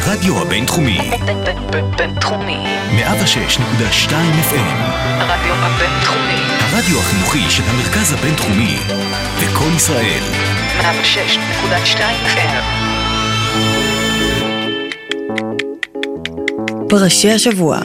הרדיו הבינתחומי. בינתחומי. 106.2 FM. הרדיו הבינתחומי. הרדיו החינוכי של המרכז הבינתחומי. וכל ישראל. 106.2 FM. פרשי השבוע.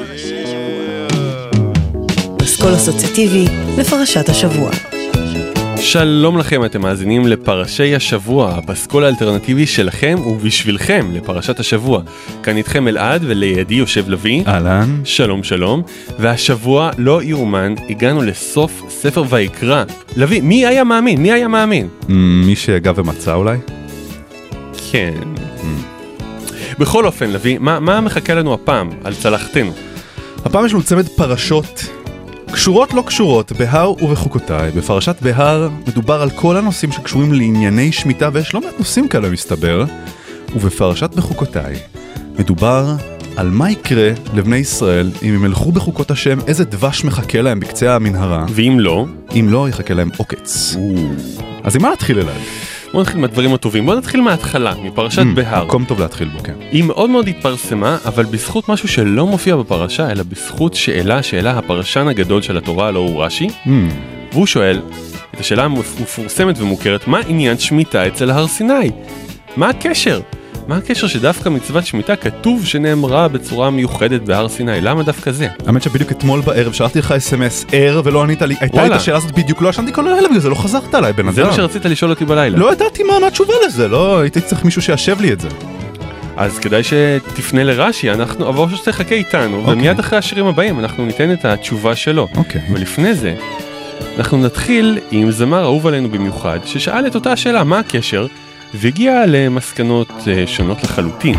פסקול אסוציאטיבי לפרשת השבוע. שלום לכם, אתם מאזינים לפרשי השבוע, הפסקול האלטרנטיבי שלכם ובשבילכם לפרשת השבוע. כאן איתכם אלעד ולידי יושב לוי. אהלן. שלום שלום. והשבוע לא יאומן, הגענו לסוף ספר ויקרא. לוי, מי היה מאמין? מי היה מאמין? מי שהגע ומצא אולי? כן. בכל אופן, לוי, מה מחכה לנו הפעם על צלחתנו? הפעם יש לנו צמד פרשות קשורות לא קשורות, בהר ובחוקותיי. בפרשת בהר מדובר על כל הנושאים שקשורים לענייני שמיטה, ויש לא מעט נושאים כאלה מסתבר. ובפרשת בחוקותיי מדובר על מה יקרה לבני ישראל אם הם ילכו בחוקות השם, איזה דבש מחכה להם בקצה המנהרה. ואם לא? אם לא, יחכה להם עוקץ. אז עם מה נתחיל אלעד? בוא נתחיל מהדברים הטובים, בוא נתחיל מההתחלה, מפרשת בהר. מקום טוב להתחיל בו, כן. היא מאוד מאוד התפרסמה, אבל בזכות משהו שלא מופיע בפרשה, אלא בזכות שאלה הפרשן הגדול של התורה, לא הוא רש"י, והוא שואל את השאלה המפורסמת ומוכרת, מה עניין שמיטה אצל הר סיני? מה הקשר? מה הקשר שדווקא מצוות שמיטה כתוב שנאמרה בצורה מיוחדת בהר סיני? למה דווקא זה? האמת שבדיוק אתמול בערב שלחתי לך SMS ער ולא ענית לי, הייתה לי את השאלה הזאת בדיוק, לא ישנתי כל הלילה בגלל זה, לא חזרת עליי בן אדם. זה מה שרצית לשאול אותי בלילה. לא ידעתי מה התשובה לזה, לא הייתי צריך מישהו שישב לי את זה. אז כדאי שתפנה לרש"י, אבל שתחכה איתנו, ומיד אחרי השירים הבאים אנחנו ניתן את התשובה שלו. ולפני זה, אנחנו נתחיל עם זמר אהוב עלינו במיוחד, ששאל את אותה השאלה, מה הקשר? והגיע למסקנות שונות לחלוטין.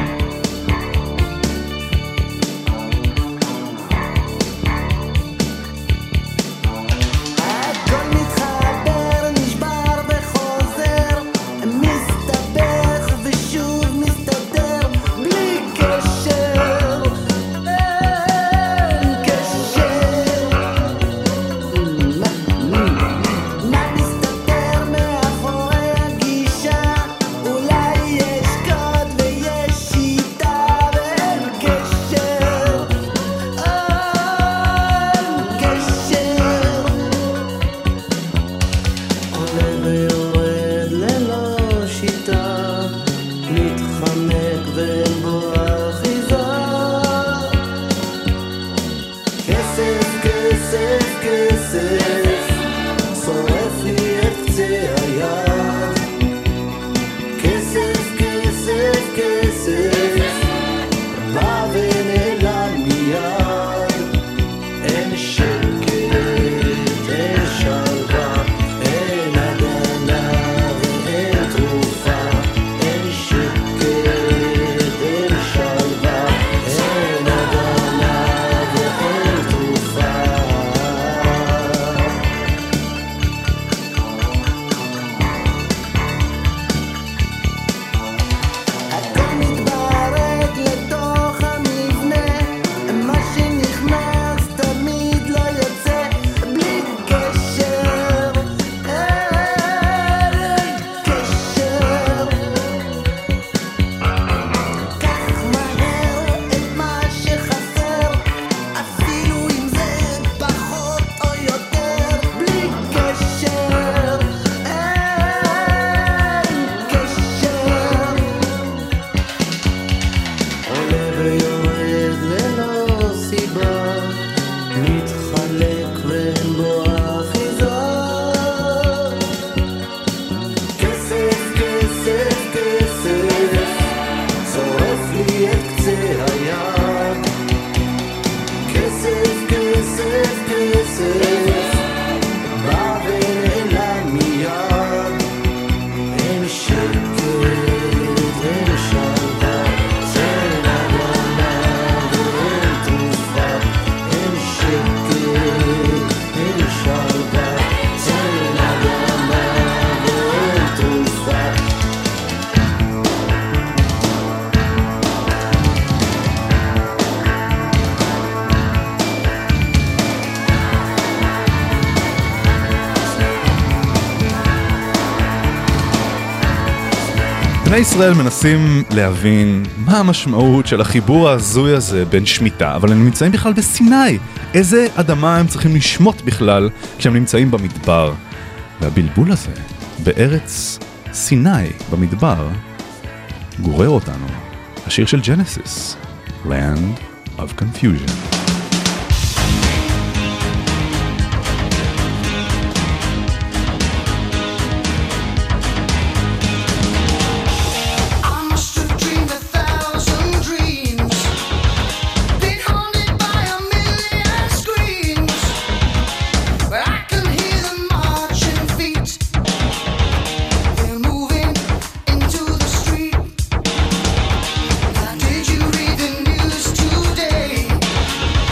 בני ישראל מנסים להבין מה המשמעות של החיבור ההזוי הזה בין שמיטה, אבל הם נמצאים בכלל בסיני. איזה אדמה הם צריכים לשמוט בכלל כשהם נמצאים במדבר? והבלבול הזה בארץ סיני במדבר גורר אותנו. השיר של ג'נסיס, Land of Confusion. Did you read the news today?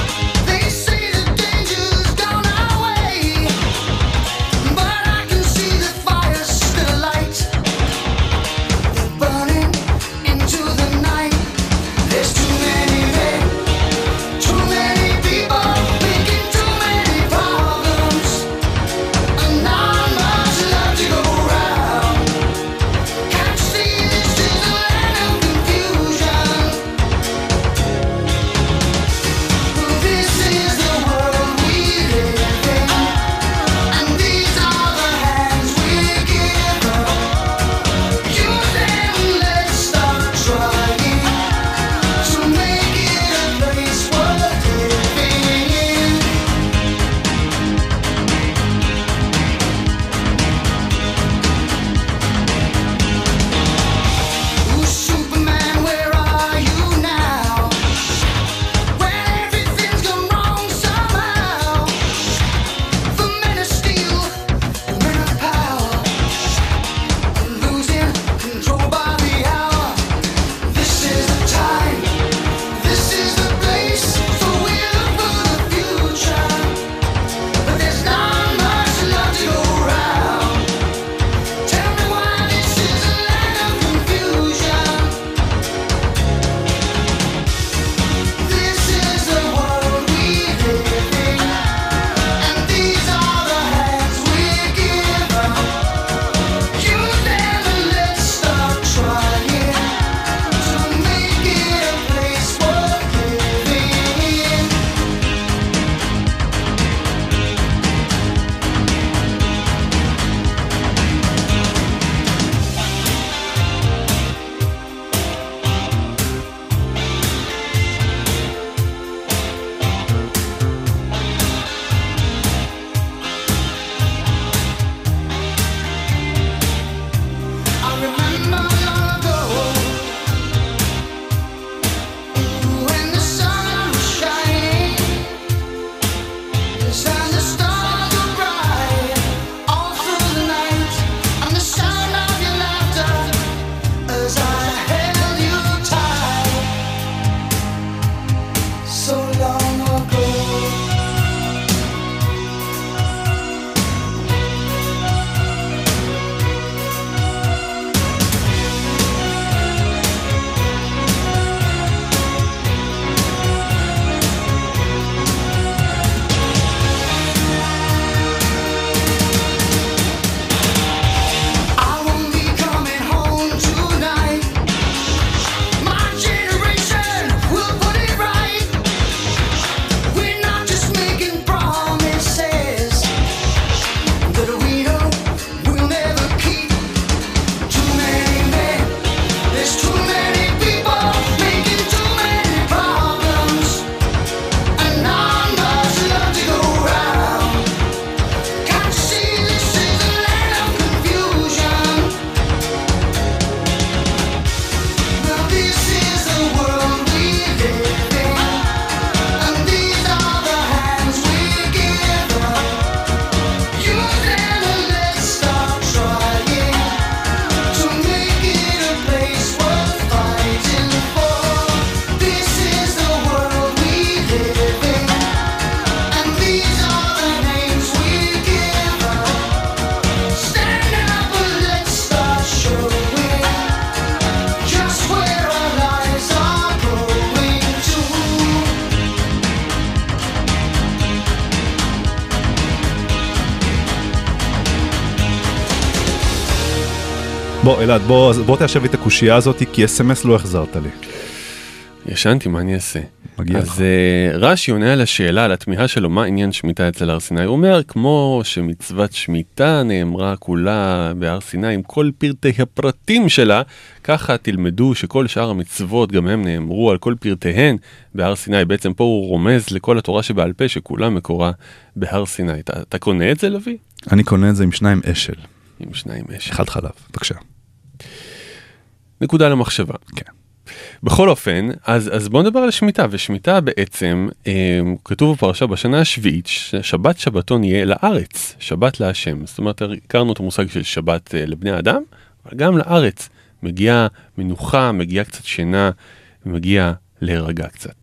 בוא, אלעד, בוא תיישב לי את הקושייה הזאת, כי SMS לא החזרת לי. ישנתי, מה אני אעשה? מגיע לך. אז רש"י עונה על השאלה, על התמיהה שלו, מה עניין שמיטה אצל הר סיני? הוא אומר, כמו שמצוות שמיטה נאמרה כולה בהר סיני עם כל פרטי הפרטים שלה, ככה תלמדו שכל שאר המצוות גם הם נאמרו על כל פרטיהן בהר סיני. בעצם פה הוא רומז לכל התורה שבעל פה שכולה מקורה בהר סיני. אתה קונה את זה, לוי? אני קונה את זה עם 2 אשל. עם 2 אשל. 1 חלב, בבקשה. נקודה למחשבה. כן. בכל אופן, אז בואו נדבר על שמיטה, ושמיטה בעצם, כתוב בפרשה בשנה השביעית, שבת שבתון יהיה לארץ, שבת להשם. זאת אומרת, הכרנו את המושג של שבת לבני האדם, אבל גם לארץ מגיעה מנוחה, מגיעה קצת שינה, מגיעה להירגע קצת.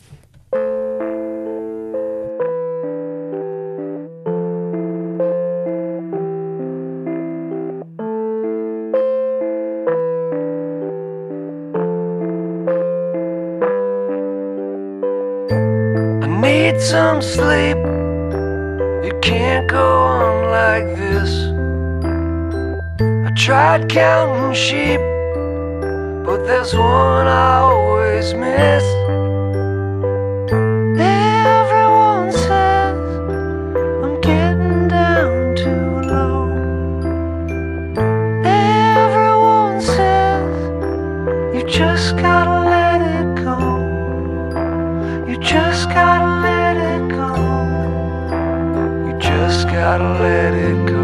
Need some sleep. You can't go on like this. I tried counting sheep, but there's one I always miss. Everyone says I'm getting down too low. Everyone says you just gotta let it go. You just gotta let it go. You just gotta let it go.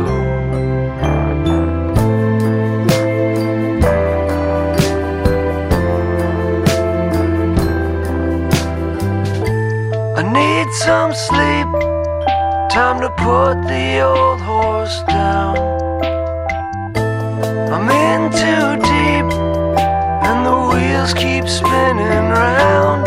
I need some sleep. Time to put the old horse down. I'm in too deep, and the wheels keep spinning round.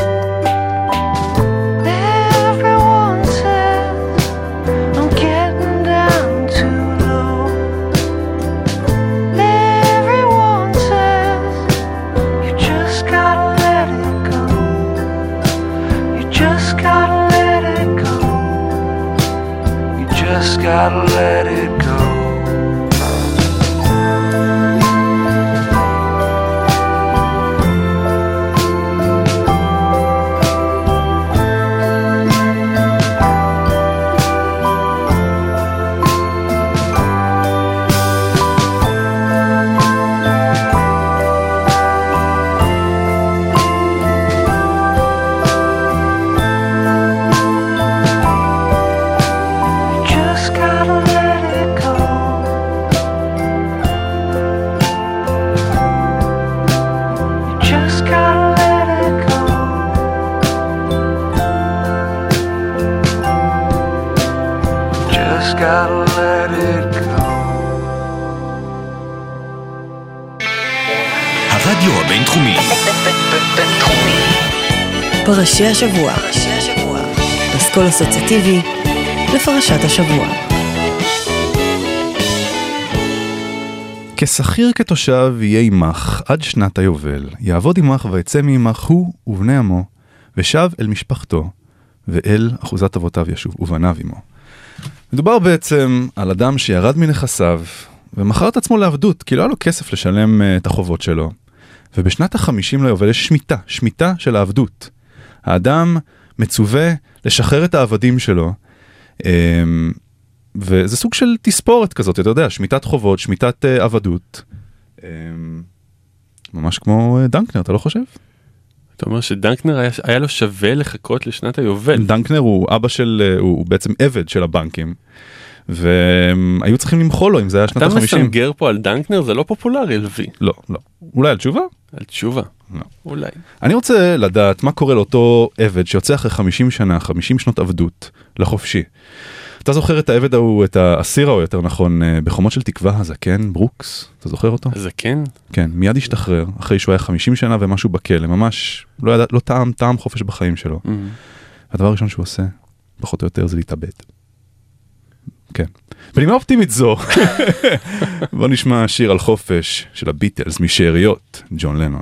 Gotta let it go. הרדיו הבינתחומי. פרשי השבוע. פסקול אסוציאטיבי לפרשת השבוע. כשכיר כתושב יהיה עמך עד שנת היובל, יעבוד עמך ויצא מעמך הוא ובני עמו, ושב אל משפחתו, ואל אחוזת אבותיו ישוב, ובניו עמו. מדובר בעצם על אדם שירד מנכסיו, ומכר את עצמו לעבדות, כי לא היה לו כסף לשלם את החובות שלו. ובשנת ה-50 ליובל יש שמיטה של העבדות. האדם מצווה לשחרר את העבדים שלו, וזה סוג של תספורת כזאת, אתה יודע, שמיטת חובות, שמיטת עבדות. ממש כמו דנקנר, אתה לא חושב? אתה אומר שדנקנר היה לו שווה לחכות לשנת היובל. דנקנר הוא אבא של, הוא בעצם עבד של הבנקים, והיו צריכים למחול לו אם זה היה שנת ה-50. אתה מסנגר פה על דנקנר, זה לא פופולרי, לוי. לא, לא. אולי על תשובה? על תשובה. לא. אולי. אני רוצה לדעת מה קורה לאותו עבד שיוצא אחרי 50 שנה, 50 שנות עבדות, לחופשי. אתה זוכר את העבד ההוא, את האסיר, או יותר נכון, בחומות של תקווה, הזקן, ברוקס? אתה זוכר אותו? הזקן? כן, מיד השתחרר, אחרי שהוא היה 50 שנה ומשהו בכלא, ממש לא טעם חופש בחיים שלו. הדבר הראשון שהוא עושה, פחות או יותר, זה להתאבד. כן. בנימה אופטימית זו, בוא נשמע שיר על חופש של הביטלס משאריות, ג'ון לנון.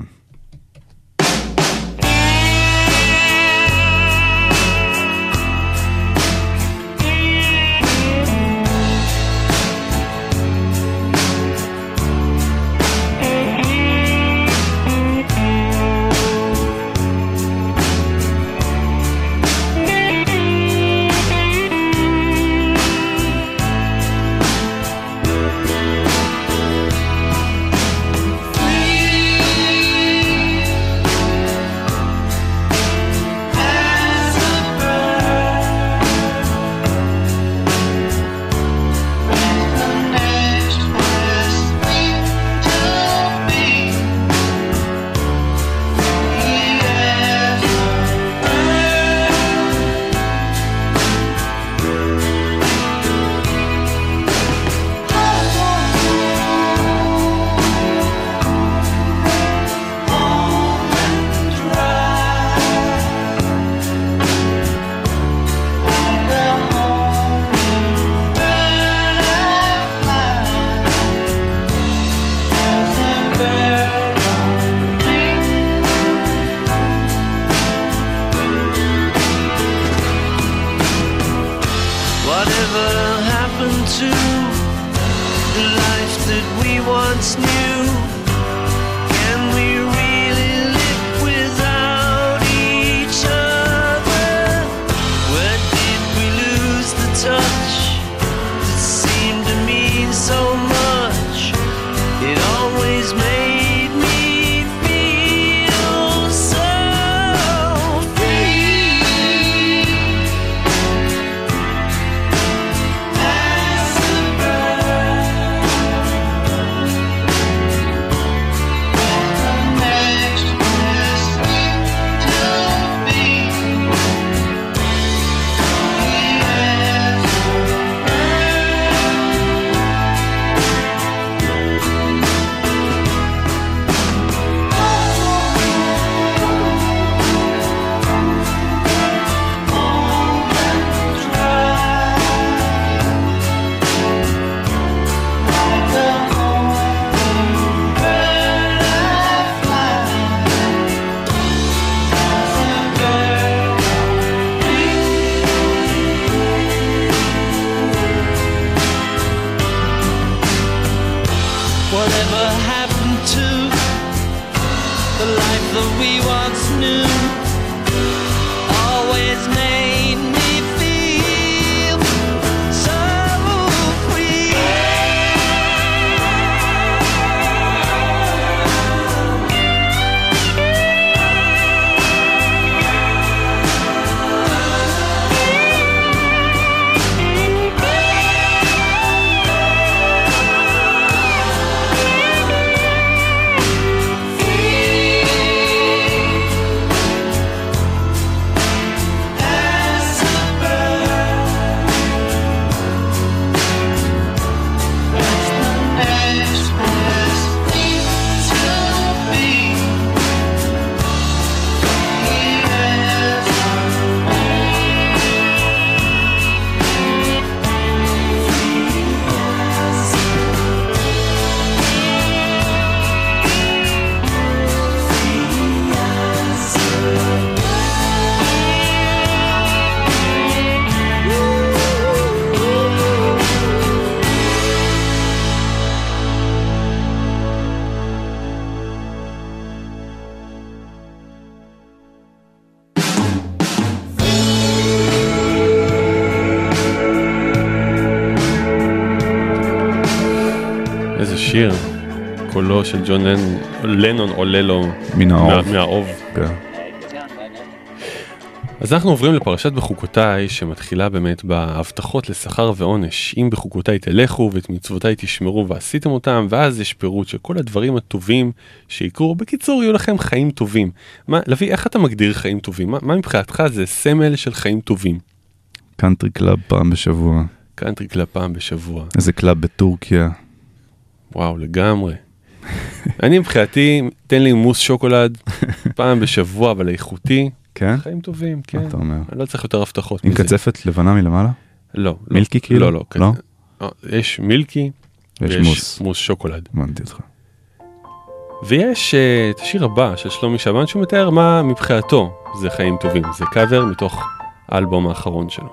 that we once knew. Can we really live without each other? Where did we lose the touch that seemed to mean so much? It always made me feel so free. As a bird, the next best to be. Whatever happened to the life that we once knew? Always made me feel so free. As a bird, that's the next best to be. איזה שיר, קולו של ג'ון לנון עולה לו מן האוב. מהאוב. כן. אז אנחנו עוברים לפרשת בחוקותיי, שמתחילה באמת בהבטחות לשכר ועונש. אם בחוקותיי תלכו ואת מצוותיי תשמרו ועשיתם אותם, ואז יש פירוט של כל הדברים הטובים שיקרו. בקיצור, יהיו לכם חיים טובים. לוי, איך אתה מגדיר חיים טובים? מה מבחינתך זה סמל של חיים טובים? קאנטרי קלאב פעם בשבוע. קאנטרי קלאב פעם בשבוע. איזה קלאב בטורקיה. וואו, לגמרי. אני מבחינתי, תן לי מוס שוקולד פעם בשבוע, אבל איכותי. כן? חיים טובים, כן. מה אתה אומר? אני לא צריך יותר הבטחות עם מזה. קצפת לבנה מלמעלה? לא. מילקי כאילו? לא, לא. לא? יש מילקי, ויש מוס שוקולד. הבנתי אותך. ויש את השיר הבא של שלומי שבן, שהוא מתאר מה מבחינתו זה חיים טובים. זה קאבר מתוך האלבום האחרון שלו.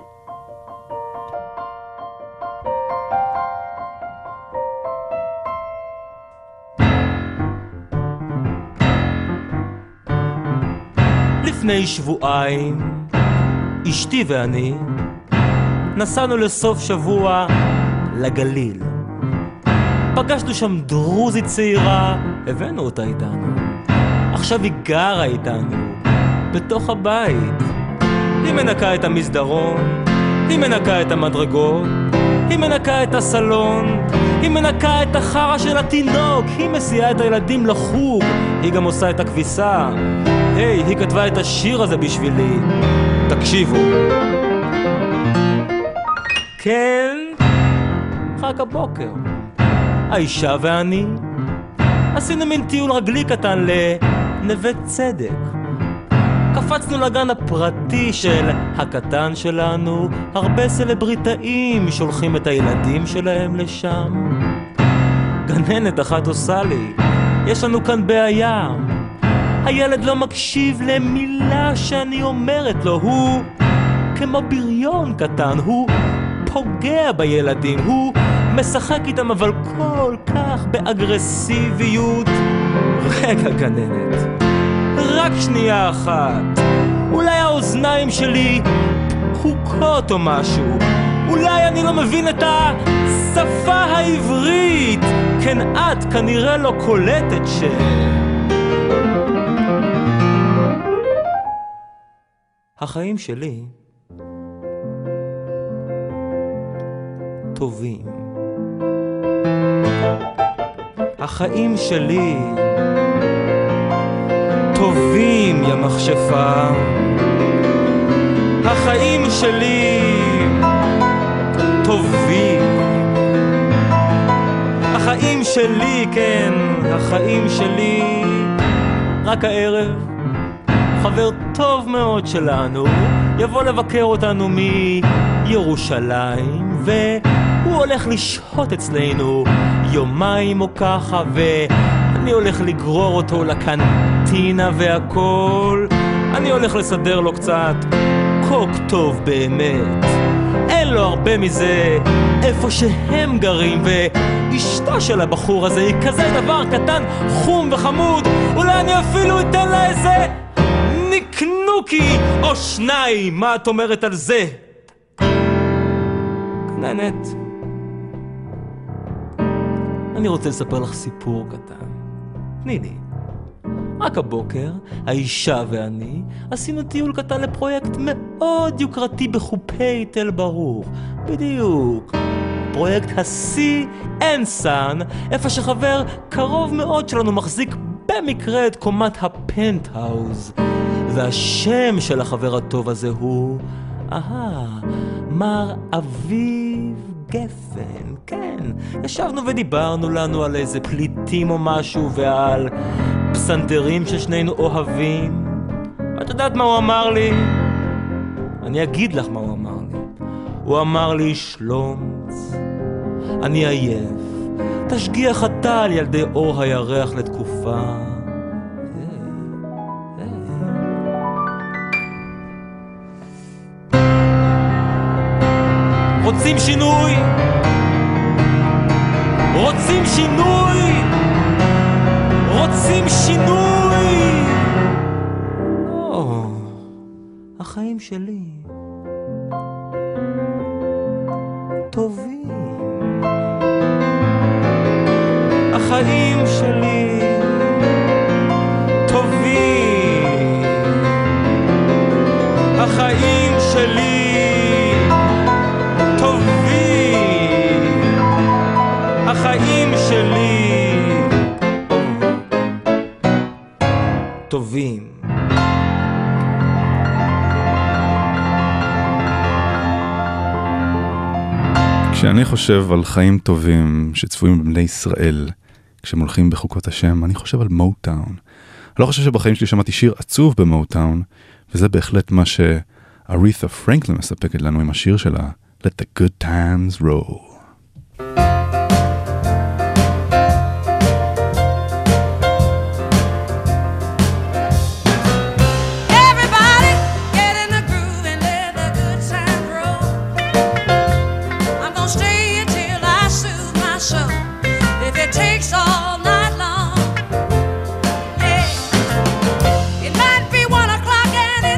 לפני שבועיים אשתי ואני נסענו לסוף שבוע לגליל. פגשנו שם דרוזית צעירה, הבאנו אותה איתנו. עכשיו היא גרה איתנו בתוך הבית. היא מנקה את המסדרון, היא מנקה את המדרגות, היא מנקה את הסלון, היא מנקה את החרה של התינוק, היא מסיעה את הילדים לחוג, היא גם עושה את הכביסה. היי, היא כתבה את השיר הזה בשבילי. תקשיבו. כן, חג הבוקר האישה ואני עשינו מין טיול רגלי קטן לנווה צדק. קפצנו לגן הפרטי של הקטן שלנו. הרבה סלבריטאים שולחים את הילדים שלהם לשם. גננת אחת עושה לי, יש לנו כאן בעיה, הילד לא מקשיב למילה שאני אומרת לו. הוא כמו בריון קטן, הוא פוגע בילדים, הוא משחק איתם אבל כל כך באגרסיביות. רגע גננת, רק שנייה אחת, אולי האוזניים שלי פקוקות או משהו, אולי אני לא מבין את השפה העברית. כן, את כנראה לא קולטת החיים שלי טובים. החיים שלי טובים, יא מכשפה. החיים שלי טובים. החיים שלי, כן, החיים שלי. רק הערב חבר טוב מאוד שלנו יבוא לבקר אותנו מירושלים, והוא הולך לשהות אצלנו יומיים או ככה, ואני הולך לגרור אותו לקנטינה והכל. אני הולך לסדר לו קצת קוק טוב באמת, אין לו הרבה מזה איפה שהם גרים, ואשתו של הבחור הזה היא כזה דבר קטן, חום וחמוד, אולי אני אפילו אתן לה איזה נקנוקי או שניים. מה את אומרת על זה? גננת, אני רוצה לספר לך סיפור קטן. תני לי. רק הבוקר, האישה ואני עשינו טיול קטן לפרויקט מאוד יוקרתי בחופי תל ברוך. בדיוק. פרויקט ה-Sea and Sun, איפה שחבר קרוב מאוד שלנו מחזיק במקרה את קומת הפנטהאוז. והשם של החבר הטוב הזה הוא, מר אביב גפן. כן, ישבנו ודיברנו לנו על איזה פליטים או משהו ועל פסנתרים ששנינו אוהבים. ואת יודעת מה הוא אמר לי? אני אגיד לך מה הוא אמר לי. הוא אמר לי, שלומץ, אני עייף, תשגיח אתה על ילדי אור הירח לתקופה. רוצים שינוי? רוצים שינוי? רוצים שינוי? החיים שלי טובים. החיים שלי טובים. החיים שלי טובים. החיים שלי טובים. כשאני חושב על חיים טובים שצפויים בבני ישראל, כשהם הולכים בחוקות השם, אני חושב על מוטאון. אני לא חושב שבחיים שלי שמעתי שיר עצוב במוטאון, וזה בהחלט מה שארית'ה פרנקלין מספקת לנו עם השיר שלה, Let the Good Times Roll.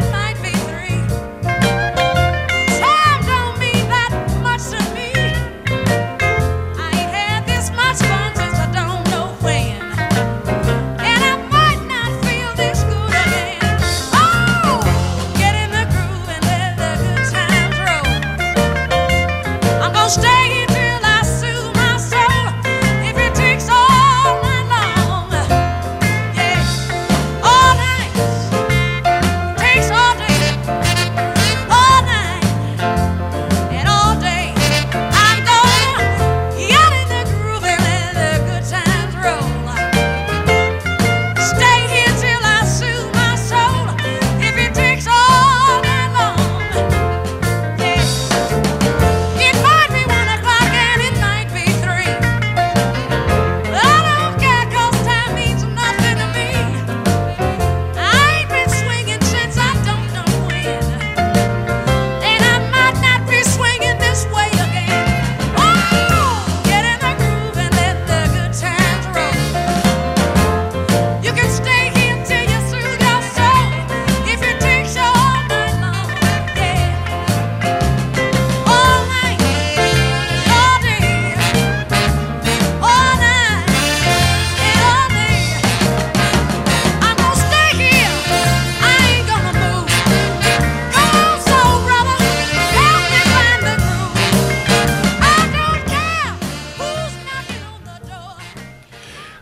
Time don't mean that much to me.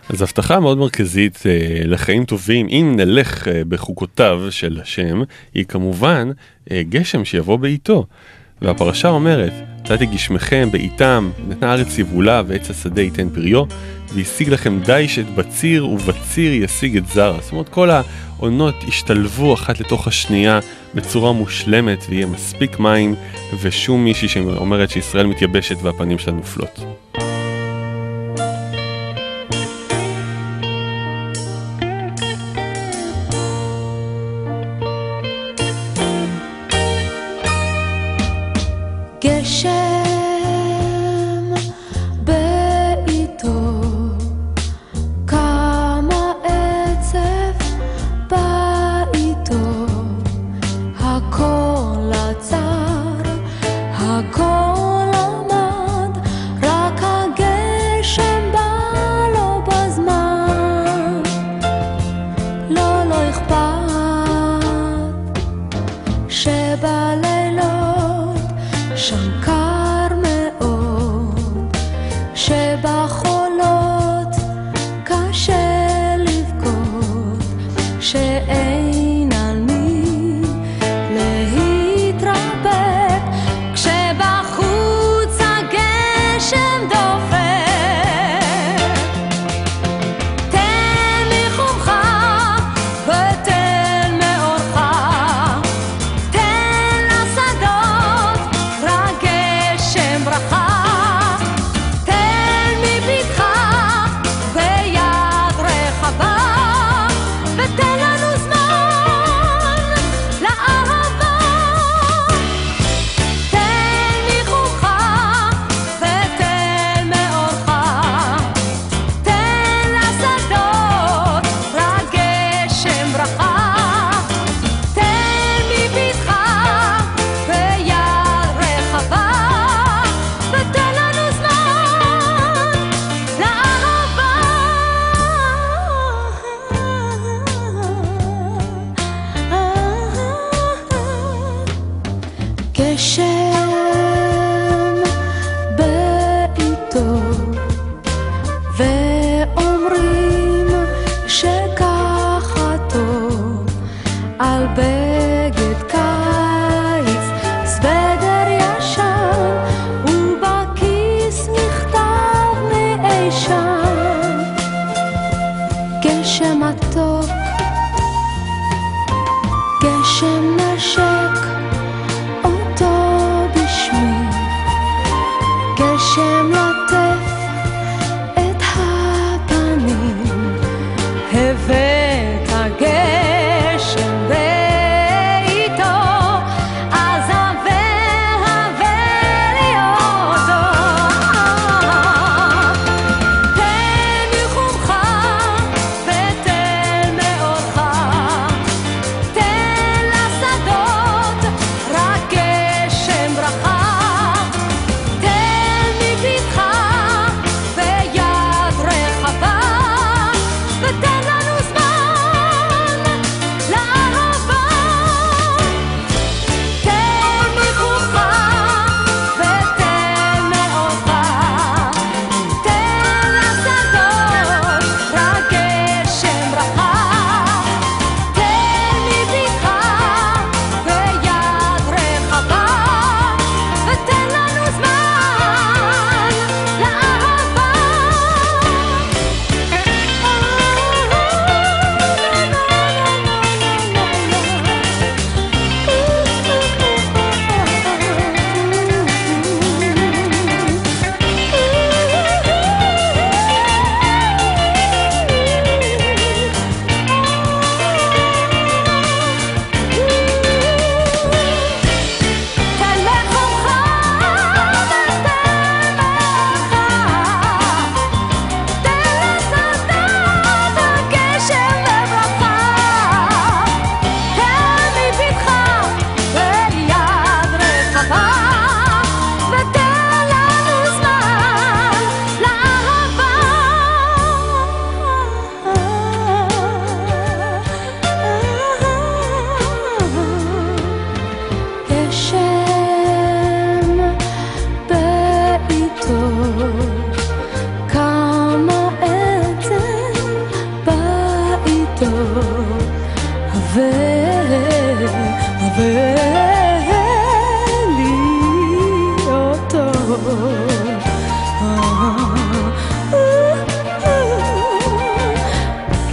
אז הבטחה מאוד מרכזית לחיים טובים, אם נלך בחוקותיו של השם, היא כמובן גשם שיבוא בעיתו. והפרשה אומרת, נתתי גשמכם בעיתם, נתנה הארץ יבולה ועץ השדה ייתן פריו, והשיג לכם דיש את בציר ובציר ישיג את זרע. זאת אומרת, כל העונות השתלבו אחת לתוך השנייה בצורה מושלמת, ויהיה מספיק מים, ושום מישהי שאומרת שישראל מתייבשת והפנים שלה נופלות. גשם בעיתו, כמה עצב בעיתו, הכל עצר, הכל עמד, רק הגשם בא לו בזמן, לא אכפת שבלילות שם קר מאוד, שבחולות קשה לבכות, שאין על מי להתרפק, כשבחוץ הגשם דופק. תן מחומך ותן מאורך, תן לשדות רק גשם ברכה, תן מביתך ביד רחבה, ותן לנו זמן לאהבה. תן מחומך ותן מאורך, תן לשדות רק גשם ברכה, תן מביתך ביד רחבה, ותן לנו זמן לאהבה. גשם בעיתו, ואומרים שככה טוב על בגד קיץ, סוודר ישן, ובכיס מכתב מאי שם. גשם מתוק, גשם נשק אותו בשמי, גשם לטף את הפנים, הבאת הגשם בעיתו, אז הבא לי אותו. תן מחומך ותן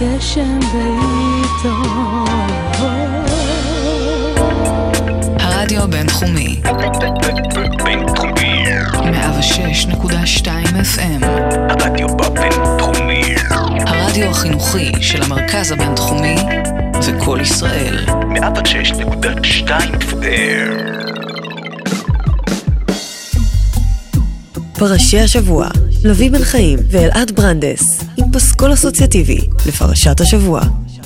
גשם בעיתו. הרדיו הבינתחומי 106.2 FM. הרדיו הבינתחומי. הרדיו החינוכי של המרכז הבינתחומי וכל ישראל 106.2 FM. פרשי השבוע, לוי בן חיים ואלעד ברנדס, עם פסקול אסוציאטיבי לפרשת השבוע.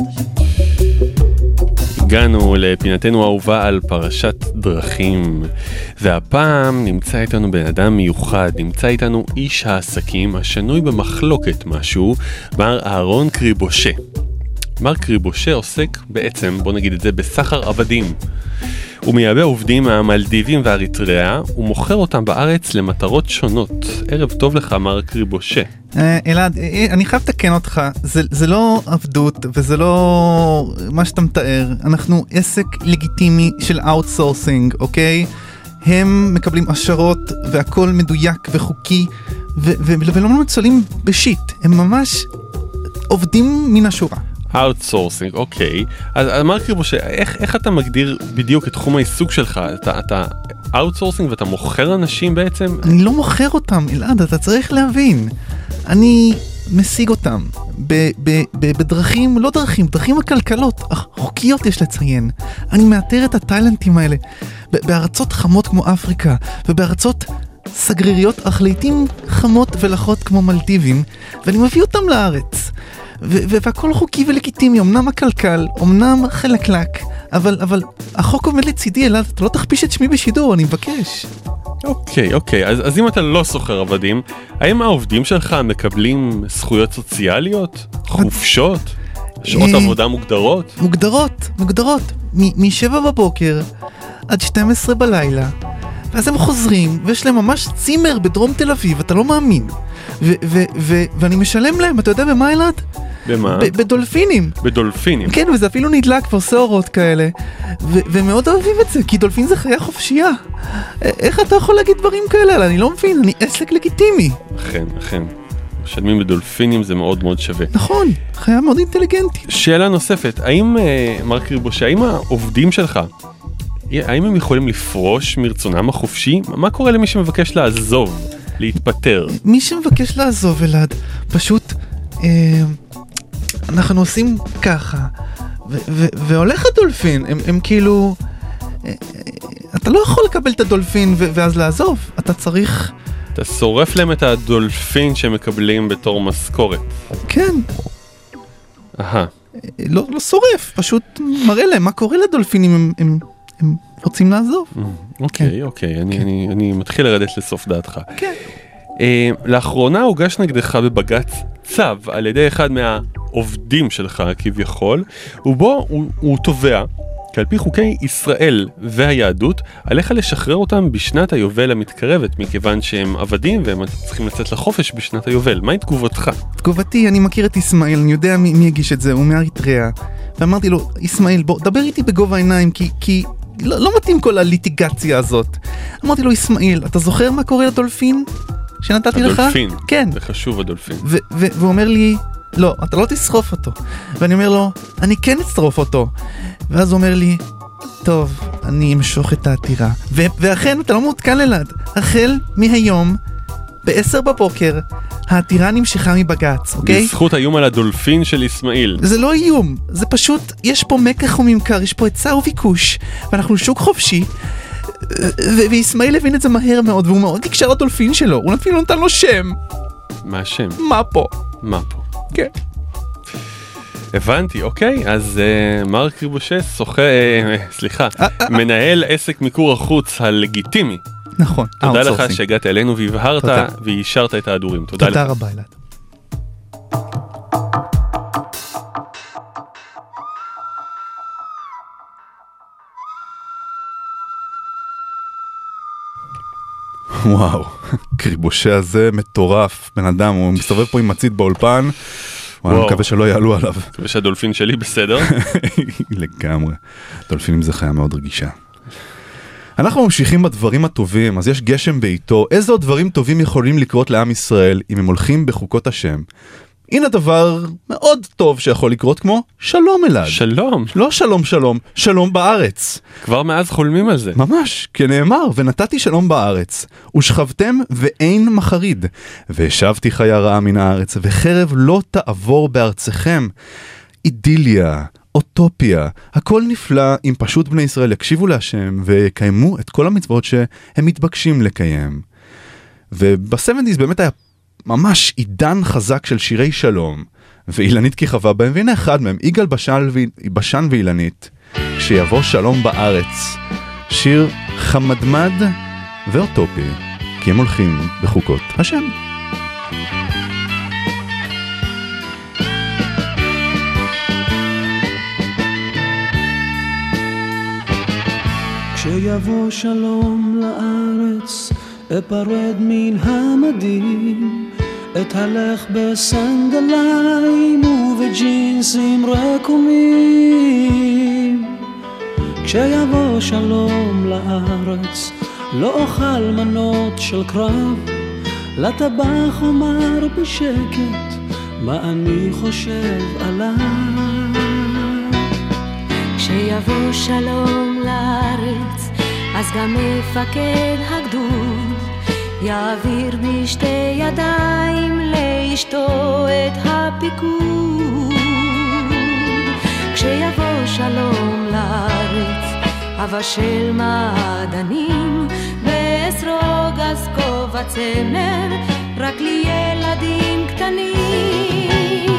הגענו לפינתנו האהובה על פרשת דרכים, והפעם נמצא איתנו בן אדם מיוחד, נמצא איתנו איש העסקים השנוי במחלוקת משהו, מר אהרון קריבושה. מר קריבושה עוסק בעצם, בוא נגיד את זה, בסחר עבדים. הוא מייבא עובדים מהמלדיבים והאריתריאה, ומוכר אותם בארץ למטרות שונות. ערב טוב לך, מר קריבושה. אלעד, אני חייב לתקן אותך, זה לא עבדות וזה לא מה שאתה מתאר. אנחנו עסק לגיטימי של אאוטסורסינג, אוקיי? הם מקבלים השערות והכל מדויק וחוקי, ולא מנוצלים בשיט, הם ממש עובדים מן השורה. אאוטסורסינג, אוקיי. אז מר קריבושה, איך אתה מגדיר בדיוק את תחום העיסוק שלך? אתה אאוטסורסינג ואתה מוכר אנשים בעצם? אני לא מוכר אותם, אלעד, אתה צריך להבין. אני משיג אותם בדרכים, לא דרכים הכלכלות, החוקיות יש לציין. אני מאתר את הטיילנטים האלה בארצות חמות כמו אפריקה, ובארצות סגריריות, אך לעתים חמות ולחות כמו מלדיבים, ואני מביא אותם לארץ. והכל חוקי ולגיטימי, אמנם הכלכל, אמנם חלקלק, אבל החוק עומד לצידי, אלעד, אתה לא תכפיש את שמי בשידור, אני מבקש. אוקיי, אז אם אתה לא סוחר עבדים, האם העובדים שלך מקבלים זכויות סוציאליות? חופשות? שעות עבודה מוגדרות? מוגדרות. מ-7 בבוקר עד 12 בלילה, ואז הם חוזרים, ויש להם ממש צימר בדרום תל אביב, אתה לא מאמין. ואני משלם להם, אתה יודע במה, אלעד? במה? בדולפינים. בדולפינים? כן, וזה אפילו נדלק, ועושה אורות כאלה. ומאוד אוהבים את זה, כי דולפין זה חיה חופשייה. איך אתה יכול להגיד דברים כאלה? אני לא מבין, אני עסק לגיטימי. אכן. משלמים בדולפינים זה מאוד מאוד שווה. נכון, חיה מאוד אינטליגנטית. שאלה נוספת, האם, מר קריבושה, האם העובדים שלך, האם הם יכולים לפרוש מרצונם החופשי? מה קורה למי שמבקש לעזוב, להתפטר? מי שמבקש לעזוב, אלעד, פשוט אנחנו עושים ככה, והולך הדולפין, הם כאילו, אתה לא יכול לקבל את הדולפין ואז לעזוב, אתה צריך... אתה שורף להם את הדולפין שמקבלים בתור משכורת. כן. לא שורף, פשוט מראה להם מה קורה לדולפינים, הם רוצים לעזוב. אוקיי, אני מתחיל לרדת לסוף דעתך. כן. לאחרונה הוגש נגדך בבג"ץ צו על ידי אחד מהעובדים שלך כביכול, ובו הוא תובע, כי על פי חוקי ישראל והיהדות, עליך לשחרר אותם בשנת היובל המתקרבת, מכיוון שהם עבדים והם צריכים לצאת לחופש בשנת היובל. מהי תגובתך? תגובתי, אני מכיר את ישמעאל, אני יודע מי הגיש את זה, הוא מאריתריאה. ואמרתי לו, ישמעאל, בוא, דבר איתי בגובה העיניים, כי לא מתאים כל הליטיגציה הזאת. אמרתי לו, ישמעאל, אתה זוכר מה קורה לדולפין שנתתי לך? הדולפין. כן. זה חשוב, הדולפין. והוא אומר לי, לא, אתה לא תשרוף אותו. ואני אומר לו, אני כן אצטרוף אותו. ואז הוא אומר לי, טוב, אני אמשוך את העתירה. ואכן, אתה לא מעודכן, אלעד. החל מהיום, ב-10 בבוקר, העתירה נמשכה מבגץ, אוקיי? בזכות האיום על הדולפין של ישמעאל. זה לא איום, זה פשוט, יש פה מקח וממכר, יש פה היצע וביקוש, ואנחנו שוק חופשי, וישמעאל הבין את זה מהר מאוד, והוא מאוד תקשר לדולפין שלו, הוא אפילו נתן לו שם. מה השם? מה פה. כן. הבנתי, אוקיי, אז מר קריבושה מנהל עסק מיקור החוץ הלגיטימי. נכון. תודה לך שהגעת אלינו והבהרת והשארת את ההדורים. תודה רבה, אלעד. וואו, קריבושה הזה מטורף, בן אדם, הוא מסתובב פה עם מצית באולפן, אני מקווה שלא יעלו עליו. מקווה שהדולפין שלי בסדר. לגמרי, דולפינים זה חיה מאוד רגישה. אנחנו ממשיכים בדברים הטובים, אז יש גשם בעיתו. איזה עוד דברים טובים יכולים לקרות לעם ישראל אם הם הולכים בחוקות השם? הנה דבר מאוד טוב שיכול לקרות כמו שלום אלעד. שלום. לא שלום שלום, שלום בארץ. כבר מאז חולמים על זה. ממש, כנאמר, ונתתי שלום בארץ, ושכבתם ואין מחריד, והשבתי חיה רעה מן הארץ, וחרב לא תעבור בארצכם. אידיליה, אוטופיה, הכל נפלא אם פשוט בני ישראל יקשיבו להשם ויקיימו את כל המצוות שהם מתבקשים לקיים. וב-70s באמת היה ממש עידן חזק של שירי שלום, ואילנית כיכבה בהם, והנה אחד מהם, יגאל בשן ואילנית, כשיבוא שלום בארץ, שיר חמדמד ואוטופי, כי הם הולכים בחוקות השם. כשיבוא שלום לארץ, אפרד מן המדים, אתהלך בסנדליים ובג'ינסים רקומים. כשיבוא שלום לארץ, לא אוכל מנות של קרב, לטבח אומר בשקט מה אני חושב עליו. כשיבוא שלום לארץ, אז גם מפקד הגדוד יעביר בשתי ידיים לאשתו את הפיקוד. כשיבוא שלום לארץ, אבשל מעדנים ואסרוג אסקוב הצמר, רק לי ילדים קטנים.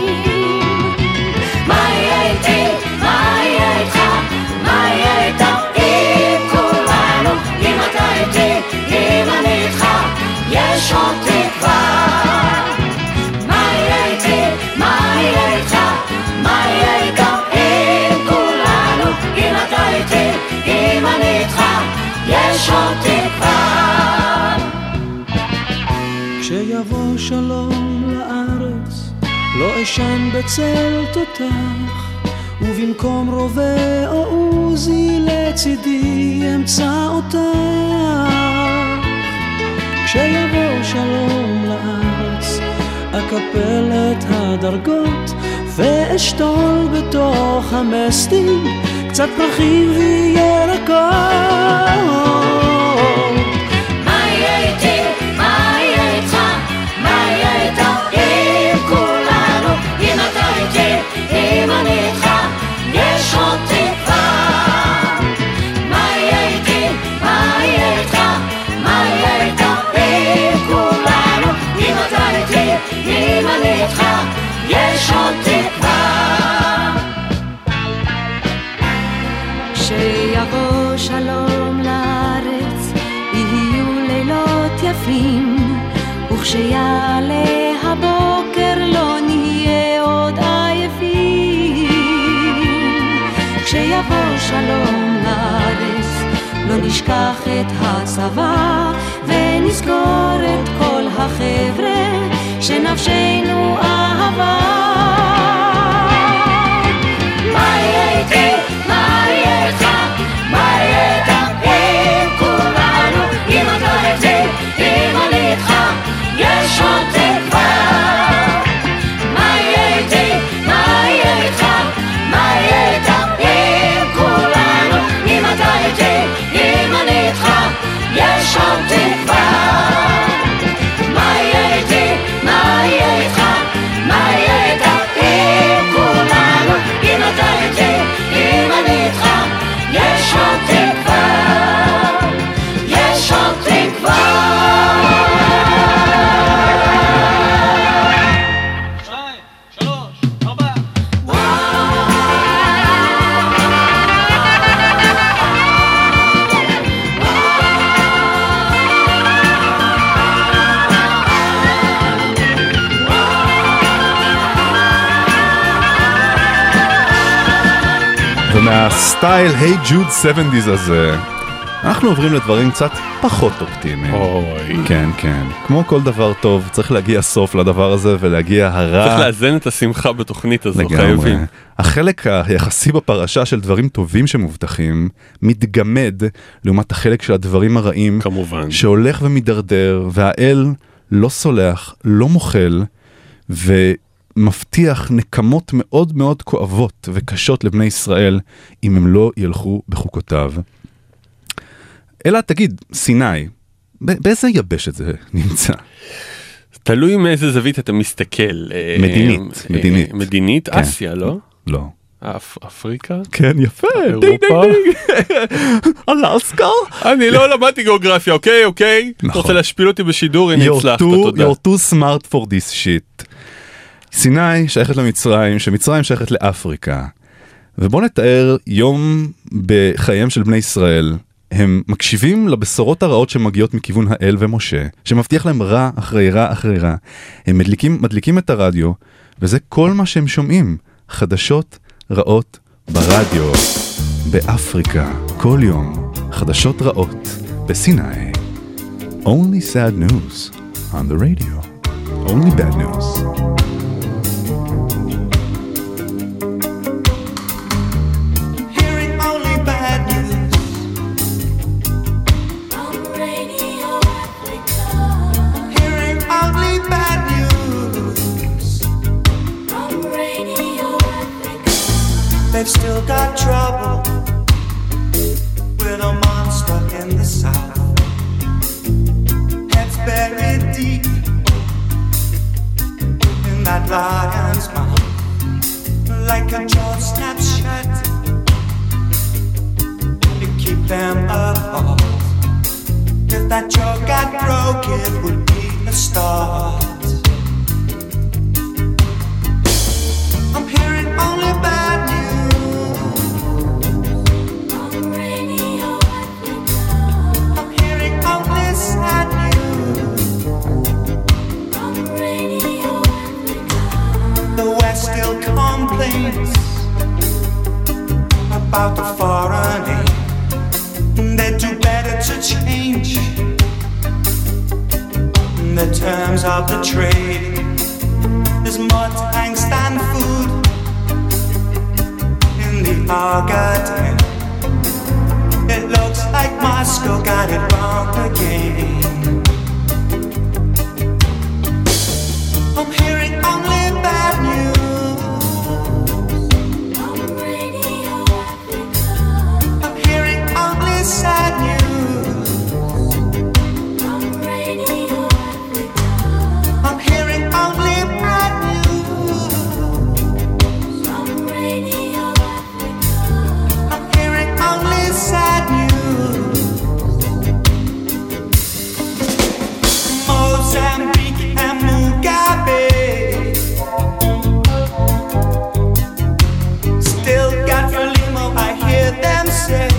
מה יהיה איתי? מה יהיה איתך? מה יהיה איתם? עם כולנו, אם אתה איתי, אם אני איתך, יש עוד תקווה. מה יהיה איתי? מה יהיה איתך? מה יהיה איתם? עם כולנו, אם אתה איתי, אם אני איתך, יש עוד תקווה. כשיבוא שלום לארץ, לא אשן בצל תותח, ובמקום רובה או עוזי לצידי אמצא אותך. כשיבוא שלום לארץ, אקפל את הדרגות ואשתול בתוך המסטים קצת פרחים וירקות. מה יהיה איתי? מה יהיה איתך? מה יהיה איתם? עם כולנו, אם אתה איתי, אם אני איתך, יש עוד תקווה. מה יהיה איתי? מה יהיה איתך? מה יהיה איתם? עם כולנו, אם אתה איתי, אם אני איתך, יש עוד תקווה. כשיבוא שלום לארץ, יהיו לילות יפים, וכשיעלה הבוקר לא נהיה עוד עייפים. כשיבוא שלום לארץ, לא נשכח את הצבא, ונזכור את כל החבר'ה שנפשנו אהבה. מה יהיה איתי? מה יהיה איתך? מה יהיה איתם? עם כולנו, אם אתה איתי, אם אני איתך, יש עוד תקווה. מה יהיה איתי? מה יהיה איתך? מה יהיה איתם? עם כולנו, אם אתה איתי, אם אני איתך, יש עוד תקווה. מה יהיה איתי? מה יהיה איתך? מה יהיה איתם? עם כולנו, אם אתה איתי, אם אני איתך, יש עוד תקווה. יש עוד תקווה. ומהסטייל היי ג'וד 70s הזה אנחנו עוברים לדברים קצת פחות אופטימיים. אוי. כן, כן. כמו כל דבר טוב, צריך להגיע סוף לדבר הזה ולהגיע הרע. צריך לאזן את השמחה בתוכנית הזו, לגמרי. חייבים. החלק היחסי בפרשה של דברים טובים שמובטחים, מתגמד לעומת החלק של הדברים הרעים. כמובן. שהולך ומדרדר, והאל לא סולח, לא מוחל, מבטיח נקמות מאוד מאוד כואבות וקשות לבני ישראל, אם הם לא ילכו בחוקותיו. אלא תגיד, סיני, באיזה יבשת זה נמצא? תלוי מאיזה זווית אתה מסתכל. מדינית. מדינית, כן. אסיה, לא? לא. אפריקה? כן, יפה. אירופה? אלסקה? אני לא למדתי גיאוגרפיה, אוקיי? אתה רוצה להשפיל אותי בשידור? הנה הצלחת, תודה. You're too smart for this shit. סיני שייכת למצרים, שמצרים שייכת לאפריקה. ובוא נתאר יום בחייהם של בני ישראל. הם מקשיבים לבשורות הרעות שמגיעות מכיוון האל ומשה, שמבטיח להם רע אחרי רע אחרי רע. הם מדליקים את הרדיו, וזה כל מה שהם שומעים. חדשות רעות ברדיו. באפריקה, כל יום, חדשות רעות בסיני. Only sad news on the radio. Only bad news. They've still got trouble with a monster in the south. Heads buried deep in that lion's mouth, like a jaw snaps shut to keep them apart. If that jaw got broke, it would be a start. I'm hearing only bad news. Complaints about the foreign aid. They do better to change the terms of the trade. There's more tanks than food in the Argentine. It looks like Moscow got it wrong again. I'm hearing only bad news. Sad news. I'm hearing only bad news. I'm hearing only sad news. Mozambique and Mugabe still got Frelimo, I hear them say.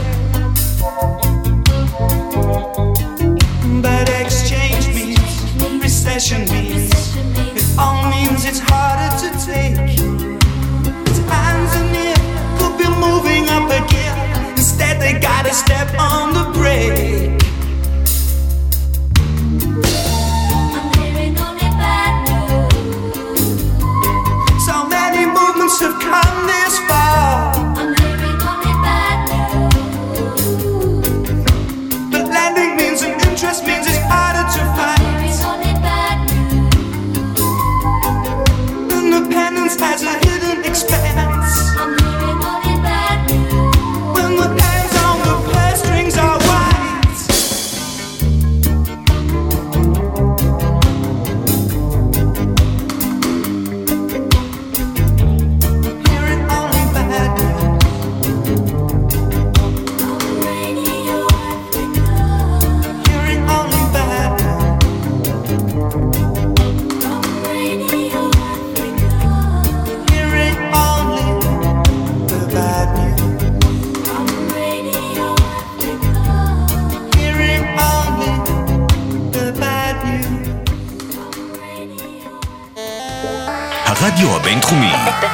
But exchange means, recession means, it all means it's harder to take. Tanzania could be moving up again, instead they gotta step on the brake. I'm hearing only bad news. So many movements have come this far. I'm hearing only bad news. But lending means and interest means it's harder to find. Independence has a hidden expense. I'm hearing only bad news. When the hands on the purse strings are white. Hearing only bad news. Hearing only bad הרדיו הבינתחומי.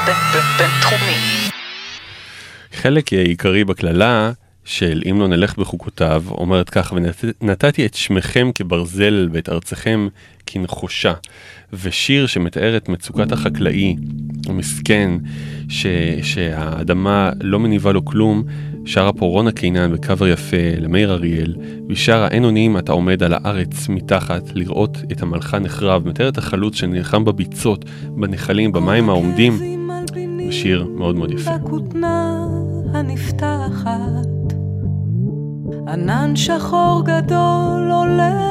חלק עיקרי בכללה של אם לא נלך בחוקותיו אומרת כך: ונתתי את שמכם כברזל ואת ארצכם כנחושה. ושיר שמתאר את מצוקת החקלאי המסכן, שהאדמה לא מניבה לו כלום, שרה פה רונה קינן בקאבר יפה למאיר אריאל, והיא שרה אין אונים אתה עומד על הארץ מתחת לראות את המלכה נחרב, מתאר את החלוץ שנלחם בביצות, בנחלים, במים העומדים, בשיר מאוד מאוד יפה. בכותנה הנפתחת ענן שחור גדול עולה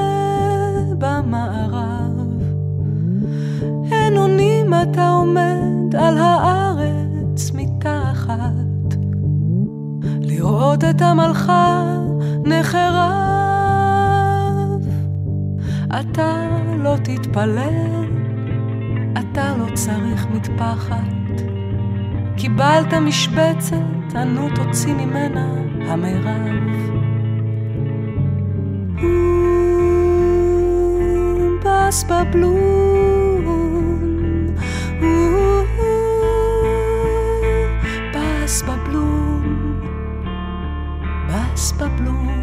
במערב, אין אונים אתה עומד על הארץ מתחת לראות את המלכה נחרב, אתה לא תתפלל, אתה לא צריך מטפחת, קיבלת משבצת, אנו תוציא ממנה המרב. בס בבלון, בס בבלון, בס בבלון.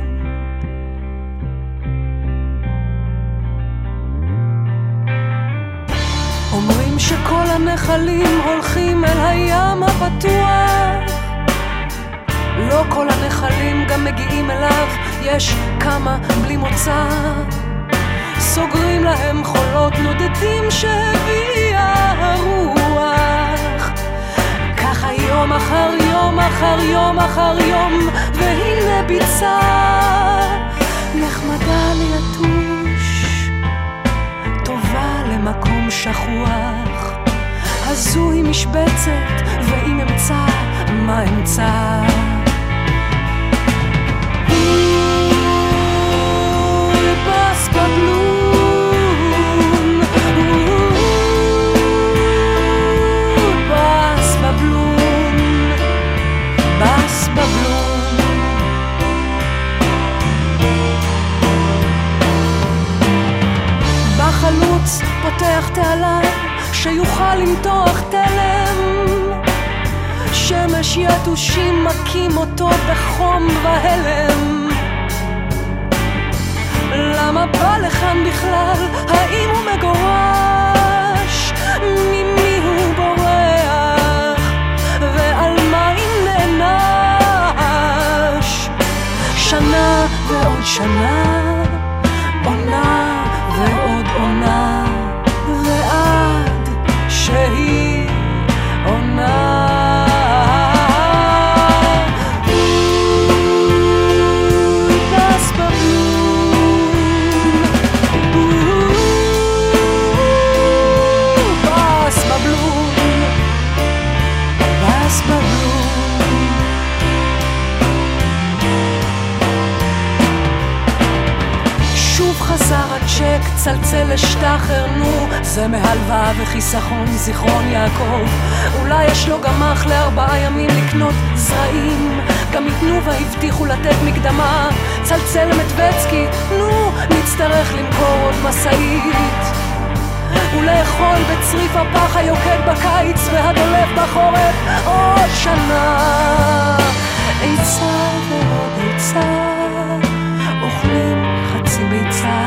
אומרים שכל הנחלים הולכים אל הים הפתוח, לא כל הנחלים גם מגיעים אליו, יש כמה בלי מוצא, סוגרים להם חולות נודדים שהביאה הרוח, ככה יום אחר יום אחר יום אחר יום, והנה ביצה נחמדה ליתוש, טובה למקום שכוח, הזו היא משבצת ואם אמצא מה אמצא, בס בבלון, בס בבלון, בס בבלון. בחלוץ פותח תעלה שיוכל למתוח תלם, שמש יתושים מקים אותו בחום והלם, למה בא לכאן בכלל? האם הוא מגורש? ממי הוא בורח? ועל מה אם נענש? שנה ועוד שנה, עונה ועוד עונה, ועד שהיא עונה. חזר הצ'ק, צלצל לשטחר, נו זה מהלוואה וחיסכון זיכרון יעקב, אולי יש לו גם אח ל4 ימים לקנות זרעים, גם יתנו והבטיחו לתת מקדמה, צלצל למטבצקי, נו נצטרך למכור עוד מסעית, ולאכול בצריף הפח היוקד בקיץ והדולף בחורף עוד שנה, עצה ועוד עצה, אוכלים חצי ביצה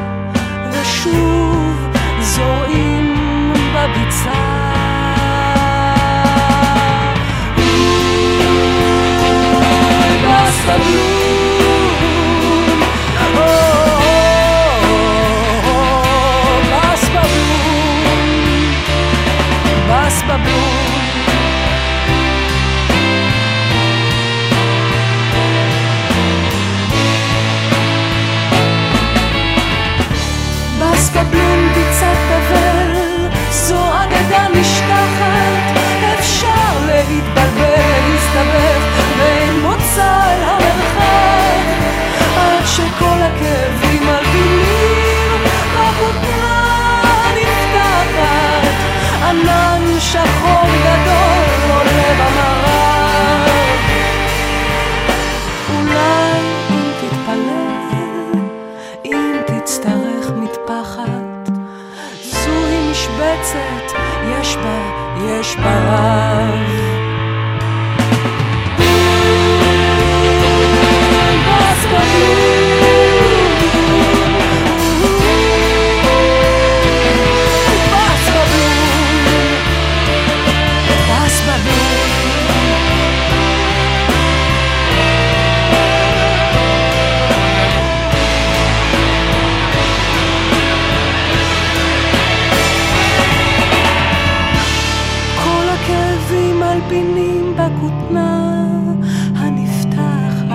ושוב זורעים בביצה, בס בבלון, בס בבלון, בס בבלון. בבלון ביצת בבל, זו אגדה נשכחת, אפשר להתבלבל, להסתבך, ואין מוצא אל המרחב, עד שכל הכאבים מלבינים, בכותנה נפתחת, ענן שחור גדול עולה במערב, אולי אם תתפלל, אם תצטרך מטפחת, זוהי משבצת, יש בה רב. בס בבלון, בס בבלון, מלבינים בכותנה הנפתחת.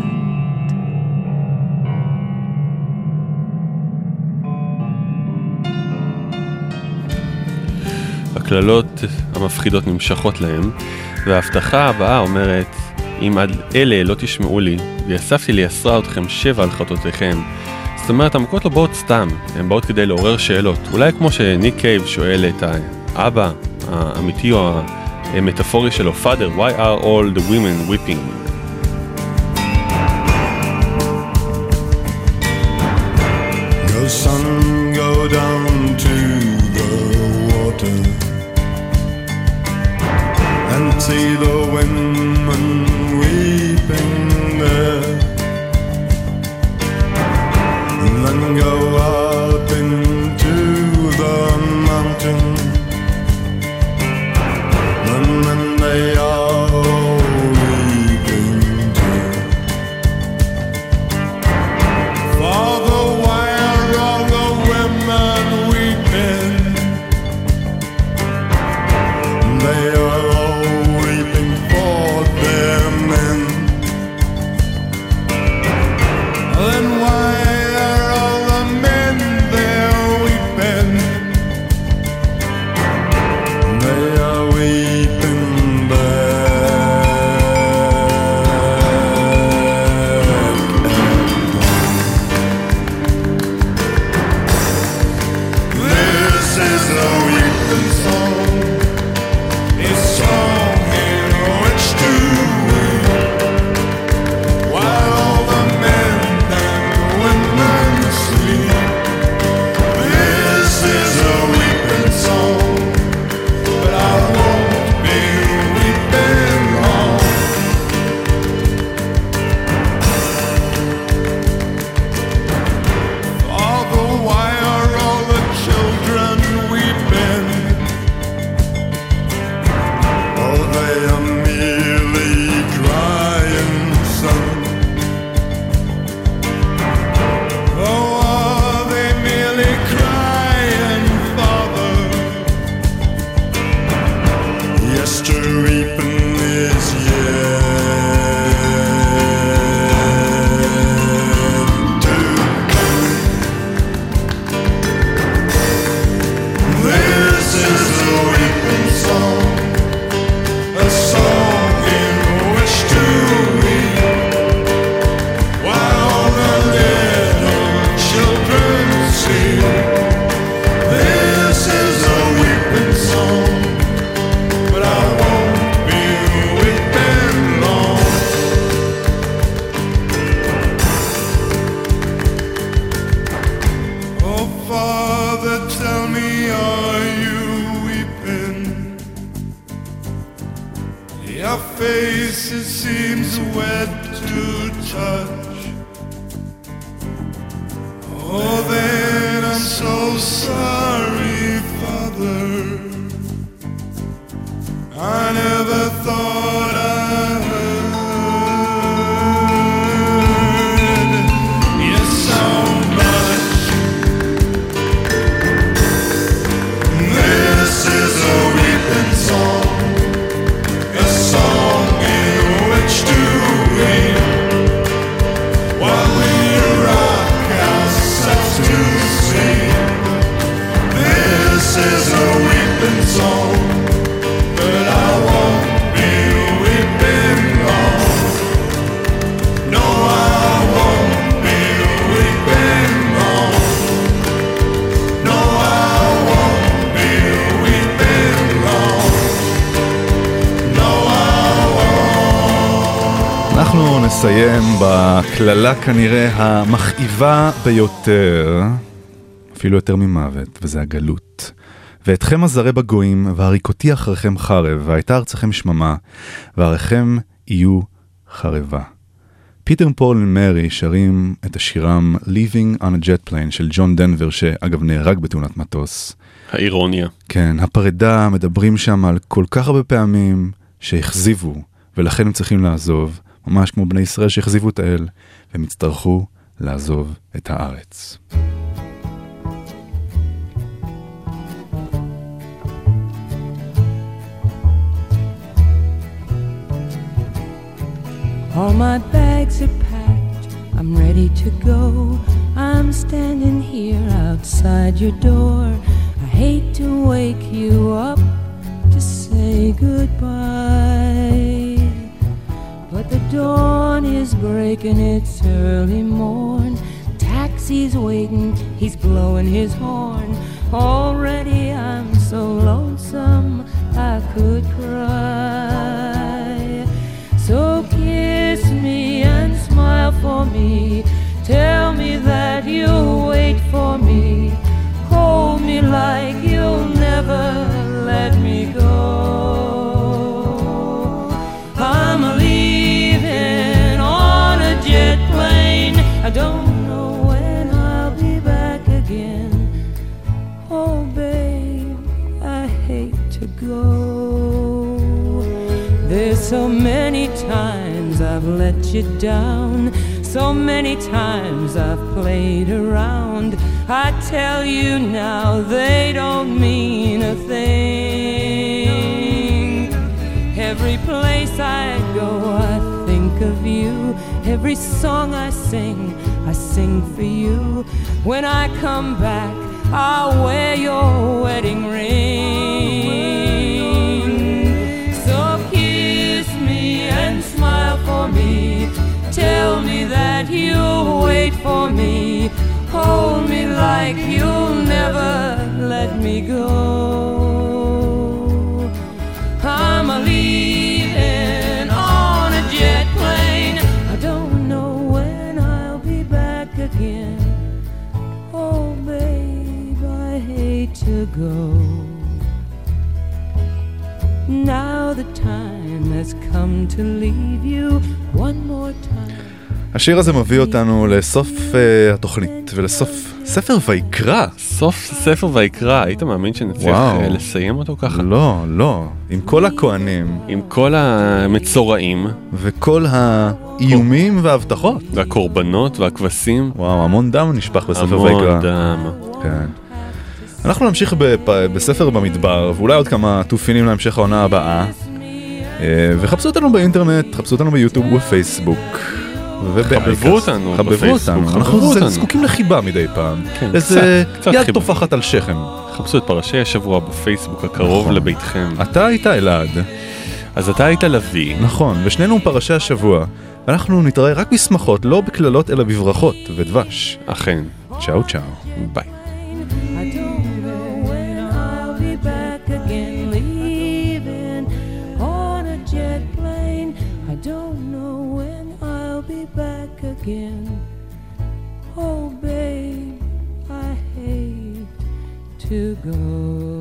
הכללות המפחידות נמשכות להם, וההבטחה הבאה אומרת, אם עד אלה לא תשמעו לי, ויאספתי לי אסרה אתכם 7 על חטאותיכם. זאת אומרת, המכות לא באות סתם, הן באות כדי לעורר שאלות. אולי כמו שניק קייב שואל את האבא האמיתי או המטאפורי שלו, Father, why are all the women weeping? The sun go down to the water and see the women weeping there, and then go out into the mountain, and then they are weeping too. Father, why are all the women weeping? They are all weeping for their men. Then why are all the men there weeping? They are weeping This is a weeping song, a song in which to weep, while all the men and women sleep. This is a weeping song, but I won't be weeping long. Father, why are all the children weeping? Oh, they are merely crying, son. Oh, are they merely crying, Father? Yes, to weeping is yet to come. This is a weeping song, a song in which to weep, while all the little children sleep. This is a weeping song, but I won't be weeping long. Oh, Father, tell me, are you weeping? Your face, it seems wet to touch. Oh, then I'm so sorry, Father. I never thought I heard you so much. This is a weeping song, a song in which to weep, while we rock ourselves to sleep. This is a weeping song, but I won't be weeping long. No, I won't be weeping long. No, I won't be weeping long. No, I won't. אנחנו נסיים בכללה כנראה המכאיבה ביותר, אפילו יותר ממוות, וזה הגלות. ואתכם הזרה בגויים, והריקותי אחריכם חרב, והייתה ארצכם שממה, ועריכם יהיו חרבה. פיטר פול ומרי שרים את השירם Living on a Jet Plane של ג'ון דנבר, שאגב נהרג בתאונת מטוס. האירוניה. כן, הפרידה, מדברים שם על כל כך הרבה פעמים שהחזיבו, ולכן הם צריכים לעזוב, ממש כמו בני ישראל שהחזיבו את האל, והם יצטרכו לעזוב את הארץ. All my bags are packed, I'm ready to go. I'm standing here outside your door. I hate to wake you up to say goodbye, but the dawn is breaking, it's early morn. Taxi's waiting, he's blowing his horn. Already I'm so lonesome I could cry. So kiss me and smile for me. Tell me that you'll wait for me. Hold me like you'll never let me go. I'm leaving on a jet plane. I don't know when I'll be back again. Oh babe, I hate to go. There's so many times I've let you down. So many times I've played around. I tell you now they don't mean a thing. Every place I go I think of you. Every song I sing for you. When I come back I'll wear your wedding ring. So kiss me and smile for me. Tell me that you'll wait for me. Hold me like you'll never let me go. I'm leaving on a jet plane. I don't know when I'll be back again. Oh babe, I hate to go. Now the time has come to leave you one more time. השיר הזה מביא אותנו לסוף התוכנית ולסוף ספר ויקרא. סוף ספר ויקרא, היית מאמין שנצליח לסיים אותו ככה? לא, לא, עם כל הכהנים, עם כל המצורעים וכל האיומים וההבטחות והקורבנות והכבשים. וואו, המון דם נשפך בספר ויקרא. המון דם. כן. אנחנו נמשיך בספר במדבר, ואולי עוד כמה תופינים להמשך העונה הבאה. וחפשו אותנו באינטרנט, חפשו אותנו ביוטיוב ובפייסבוק. חבבו אותנו בפייסבוק. אנחנו זקוקים לחיבה מדי פעם. איזה יד תופחת על שכם. חפשו את פרשי השבוע בפייסבוק הקרוב לביתכם. אתה היית אלעד. אז אתה היית לוי. נכון, ושנינו פרשי השבוע. ואנחנו נתראה רק בשמחות, לא בקללות אלא בברכות ודבש. אכן. צ'או צ'או. ביי. Again. Oh babe, I hate to go.